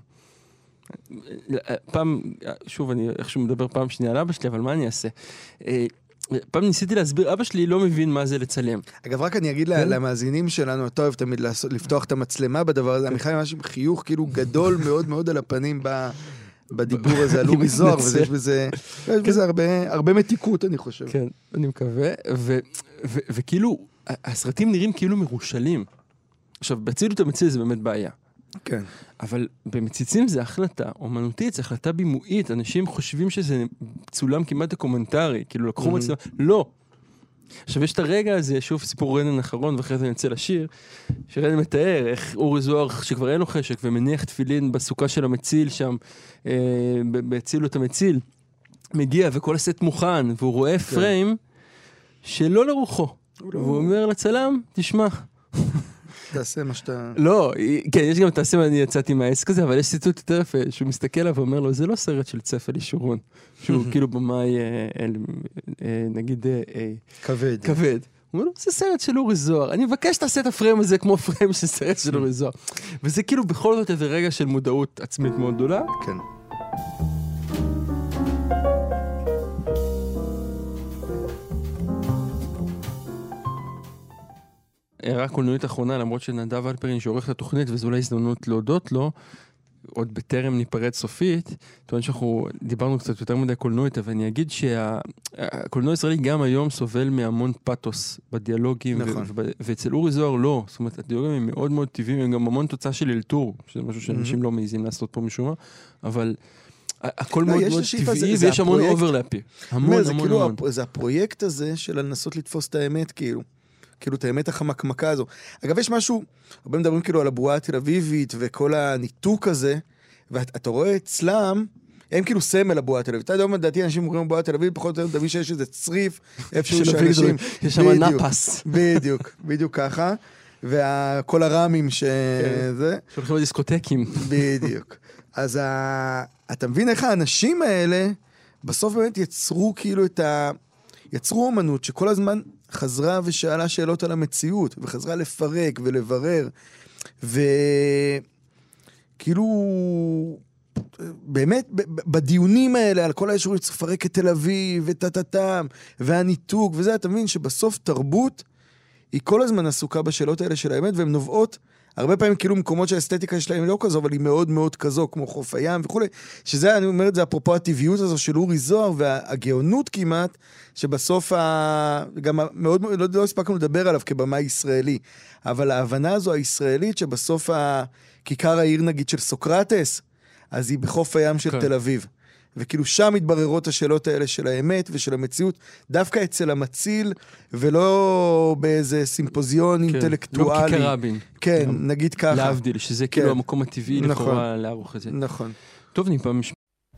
B: פעם, שוב, אני איכשהו מדבר פעם שנייה על אבא שלי, אבל מה אני אעשה? פעם ניסיתי להסביר, אבא שלי לא מבין מה זה לצלם.
C: אגב, רק אני אגיד למאזינים שלנו, אתה אוהב תמיד לפתוח את המצלמה בדבר הזה, עמיחי ממש עם חיוך כאילו גדול מאוד מאוד על הפנים בדיבור הזה, על אורי זוהר, ויש בזה הרבה מתיקות, אני חושב.
B: כן, אני מקווה, וכאילו, הסרטים נראים כאילו מרושלים. עכשיו, בצילות המציא זה באמת בעיה.
C: כן.
B: אבל במציצים זה החלטה אומנותית, זה החלטה בימויית, אנשים חושבים שזה צולם כמעט דוקומנטרי, כאילו לקחו מצלמה, לא. עכשיו יש את הרגע הזה, שוב סיפור רנן אחרון, ואחרי זה נצא לשיר, שרנן מתאר איך אורי זוהר, שכבר אין לו חשק, ומניח תפילין בסוכה של המציל שם, אה, בהצילו המציל, מגיע וכל הסט מוכן, והוא רואה כן. פריים שלא לרוחו. והוא אומר לצלם, תשמע.
C: תעשה מה שאתה...
B: לא, כן, יש גם תעשה מה אני יצאתי מהעסק הזה, אבל יש ציטוט יותר יפה, שהוא מסתכל עליו ואומר לו, זה לא סרט של צפל ישורון, שהוא כאילו במאי, נגיד...
C: כבד.
B: כבד. הוא אומר לו, זה סרט של אורי זוהר, אני מבקש שתעשה את הפריים הזה כמו פריים של סרט של אורי זוהר. וזה כאילו בכל זאת איזה רגע של מודעות עצמית מאוד גדולה.
C: כן.
B: הערה קולנועית אחרונה, למרות שנדב אלפרין שעורך את התוכנית, וזו אולי הזדמנות להודות לו, עוד בטרם ניפרד סופית, טוען שאנחנו דיברנו קצת יותר מדי קולנועית, אבל אני אגיד שהקולנוע הישראלי גם היום סובל מהמון פאטוס בדיאלוגים,
C: נכון.
B: ו- ו- ואצל אורי זוהר לא, זאת אומרת, הדיאלוגים הם מאוד מאוד טבעיים, הם גם המון תוצאה של אלתור, שזה משהו שאנשים לא מעיזים לעשות פה משום מה, אבל הכל מאוד מאוד טבעי, ויש המון אוברלאפי. המון המון המון.
C: זה הפרויקט הזה של לנסות לתפוס את האמת, כאילו. כאילו את האמת החמקמקה הזו. אגב, יש משהו, הרבה מדברים כאילו על הבועה התל אביבית וכל הניתוק הזה, ואתה רואה אצלם, הם כאילו סמל הבועה התל אביבית. אתה יודע, לדעתי אנשים אומרים בועה תל אביב, פחות או יותר, דמי שיש איזה צריף, איפשהו שאנשים...
B: יש שם נפס.
C: בדיוק, בדיוק ככה. וכל הרמים שזה...
B: שהולכים לדיסקוטקים.
C: בדיוק. אז אתה מבין איך האנשים האלה, בסוף באמת יצרו כאילו את ה... יצרו אומנות שכל הזמן חזרה ושאלה שאלות על המציאות, וחזרה לפרק ולברר, וכאילו, באמת, בדיונים האלה, על כל הישורים צריך לפרק את תל אביב, וטטטם, והניתוק, וזה, אתה מבין שבסוף תרבות, היא כל הזמן עסוקה בשאלות האלה של האמת, והן נובעות, הרבה פעמים כאילו מקומות שהאסתטיקה שלהם לא כזו, אבל היא מאוד מאוד כזו, כמו חוף הים וכו'. שזה, אני אומר את זה, אפרופו הטבעיות הזו של אורי זוהר, והגאונות כמעט, שבסוף, ה... גם מאוד, לא, לא הספקנו לדבר עליו כבמה ישראלי, אבל ההבנה הזו הישראלית, שבסוף הכיכר העיר נגיד של סוקרטס, אז היא בחוף הים של כן. תל אביב. וכאילו שם מתבררות השאלות האלה של האמת ושל המציאות, דווקא אצל המציל, ולא באיזה סימפוזיון כן, אינטלקטואלי.
B: לא כיכר רבין.
C: כן, גם נגיד ככה.
B: להבדיל, שזה כן. כאילו המקום הטבעי נכון. לכאורה לערוך את זה.
C: נכון.
B: טוב, ניפה משפט.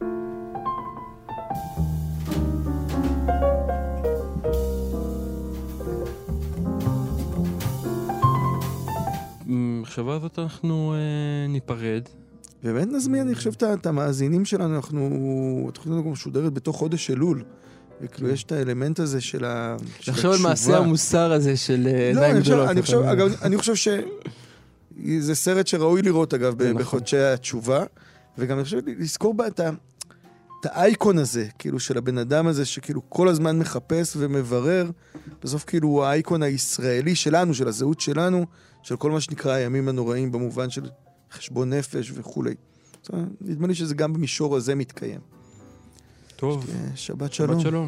B: מחשבה הזאת אנחנו אה, ניפרד.
C: באמת נזמין, אני חושב, את המאזינים שלנו, אנחנו, התוכנית גם משודרת בתוך חודש אלול, וכאילו יש את האלמנט הזה של התשובה.
B: לחשוב על מעשה המוסר הזה של עיניים גדולות.
C: אני חושב, אגב, אני חושב שזה סרט שראוי לראות, אגב, בחודשי התשובה, וגם אני חושב לזכור בה את האייקון הזה, כאילו, של הבן אדם הזה, שכאילו כל הזמן מחפש ומברר, בסוף כאילו הוא האייקון הישראלי שלנו, של הזהות שלנו, של כל מה שנקרא הימים הנוראים, במובן של חשבון נפש וכו'. נדמה לי שזה גם במישור הזה מתקיים.
B: טוב.
C: שבת שלום.
B: שבת שלום.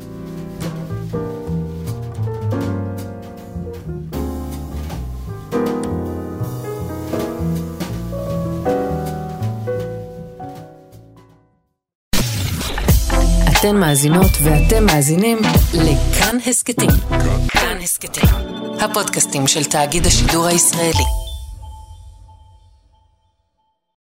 A: אתן מאזינות ואתם מאזינים לכאן הסקטים. כאן הסקטים. הפודקאסטים של תאגיד השידור הישראלי.